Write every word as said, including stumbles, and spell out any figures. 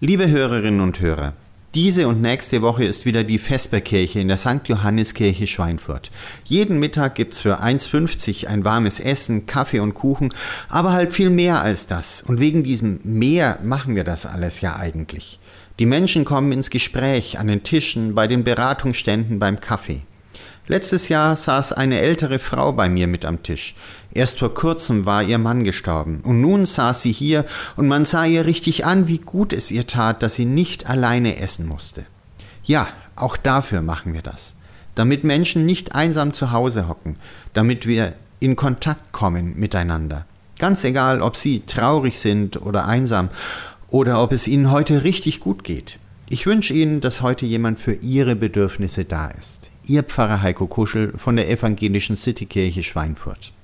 Liebe Hörerinnen und Hörer, diese und nächste Woche ist wieder die Vesperkirche in der Sankt Johanniskirche Schweinfurt. Jeden Mittag gibt's für eins fünfzig ein warmes Essen, Kaffee und Kuchen, aber halt viel mehr als das. Und wegen diesem Mehr machen wir das alles ja eigentlich. Die Menschen kommen ins Gespräch, an den Tischen, bei den Beratungsständen, beim Kaffee. Letztes Jahr saß eine ältere Frau bei mir mit am Tisch. Erst vor kurzem war ihr Mann gestorben und nun saß sie hier und man sah ihr richtig an, wie gut es ihr tat, dass sie nicht alleine essen musste. Ja, auch dafür machen wir das. Damit Menschen nicht einsam zu Hause hocken, damit wir in Kontakt kommen miteinander. Ganz egal, ob sie traurig sind oder einsam oder ob es ihnen heute richtig gut geht. Ich wünsche Ihnen, dass heute jemand für Ihre Bedürfnisse da ist. Ihr Pfarrer Heiko Kuschel von der Evangelischen Citykirche Schweinfurt.